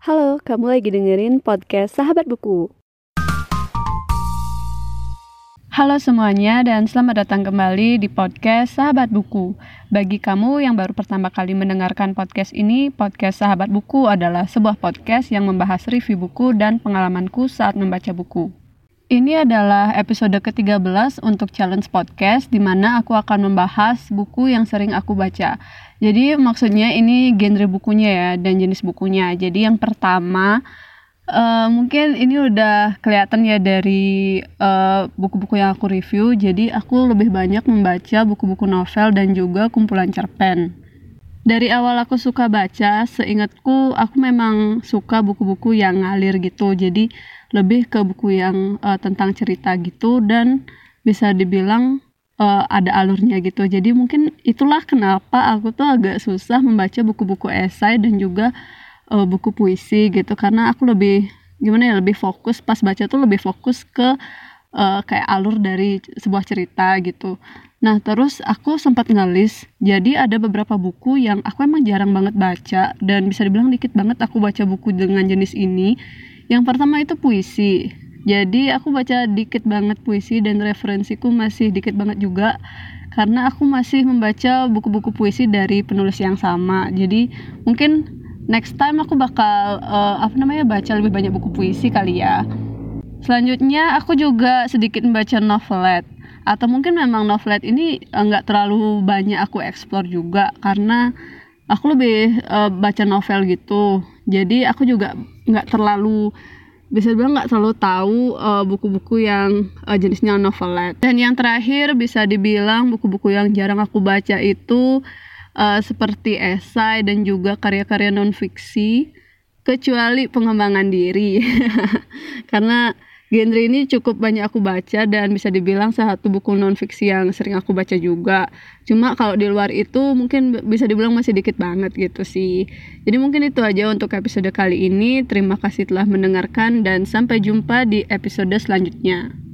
Halo, kamu lagi dengerin podcast Sahabat Buku. Halo semuanya dan selamat datang kembali di podcast Sahabat Buku. Bagi kamu yang baru pertama kali mendengarkan podcast ini, podcast Sahabat Buku adalah sebuah podcast yang membahas review buku dan pengalamanku saat membaca buku. Ini adalah episode ke-13 untuk challenge podcast, di mana aku akan membahas buku yang sering aku baca. Jadi maksudnya ini genre bukunya ya, dan jenis bukunya. Jadi yang pertama, mungkin ini udah kelihatan ya dari buku-buku yang aku review. Jadi aku lebih banyak membaca buku-buku novel dan juga kumpulan cerpen. Dari awal aku suka baca, seingatku aku memang suka buku-buku yang ngalir gitu. Jadi lebih ke buku yang tentang cerita gitu dan bisa dibilang ada alurnya gitu. Jadi mungkin itulah kenapa aku tuh agak susah membaca buku-buku esai dan juga buku puisi gitu, karena aku lebih lebih fokus pas baca tuh lebih fokus ke kayak alur dari sebuah cerita gitu. Nah terus aku sempat ngelis, jadi ada beberapa buku yang aku emang jarang banget baca dan bisa dibilang dikit banget aku baca buku dengan jenis ini. Yang pertama itu puisi. Jadi aku baca dikit banget puisi dan referensiku masih dikit banget juga, karena aku masih membaca buku-buku puisi dari penulis yang sama. Jadi mungkin next time aku bakal baca lebih banyak buku puisi kali ya. Selanjutnya aku juga sedikit membaca novelet. Atau mungkin memang novelet ini nggak terlalu banyak aku explore juga, karena aku lebih baca novel gitu. Jadi aku juga nggak terlalu tahu buku-buku yang jenisnya novelet. Dan yang terakhir bisa dibilang buku-buku yang jarang aku baca itu seperti esai dan juga karya-karya non-fiksi, kecuali pengembangan diri. Karena genre ini cukup banyak aku baca dan bisa dibilang salah satu buku non-fiksi yang sering aku baca juga. Cuma kalau di luar itu mungkin bisa dibilang masih dikit banget gitu sih. Jadi mungkin itu aja untuk episode kali ini. Terima kasih telah mendengarkan dan sampai jumpa di episode selanjutnya.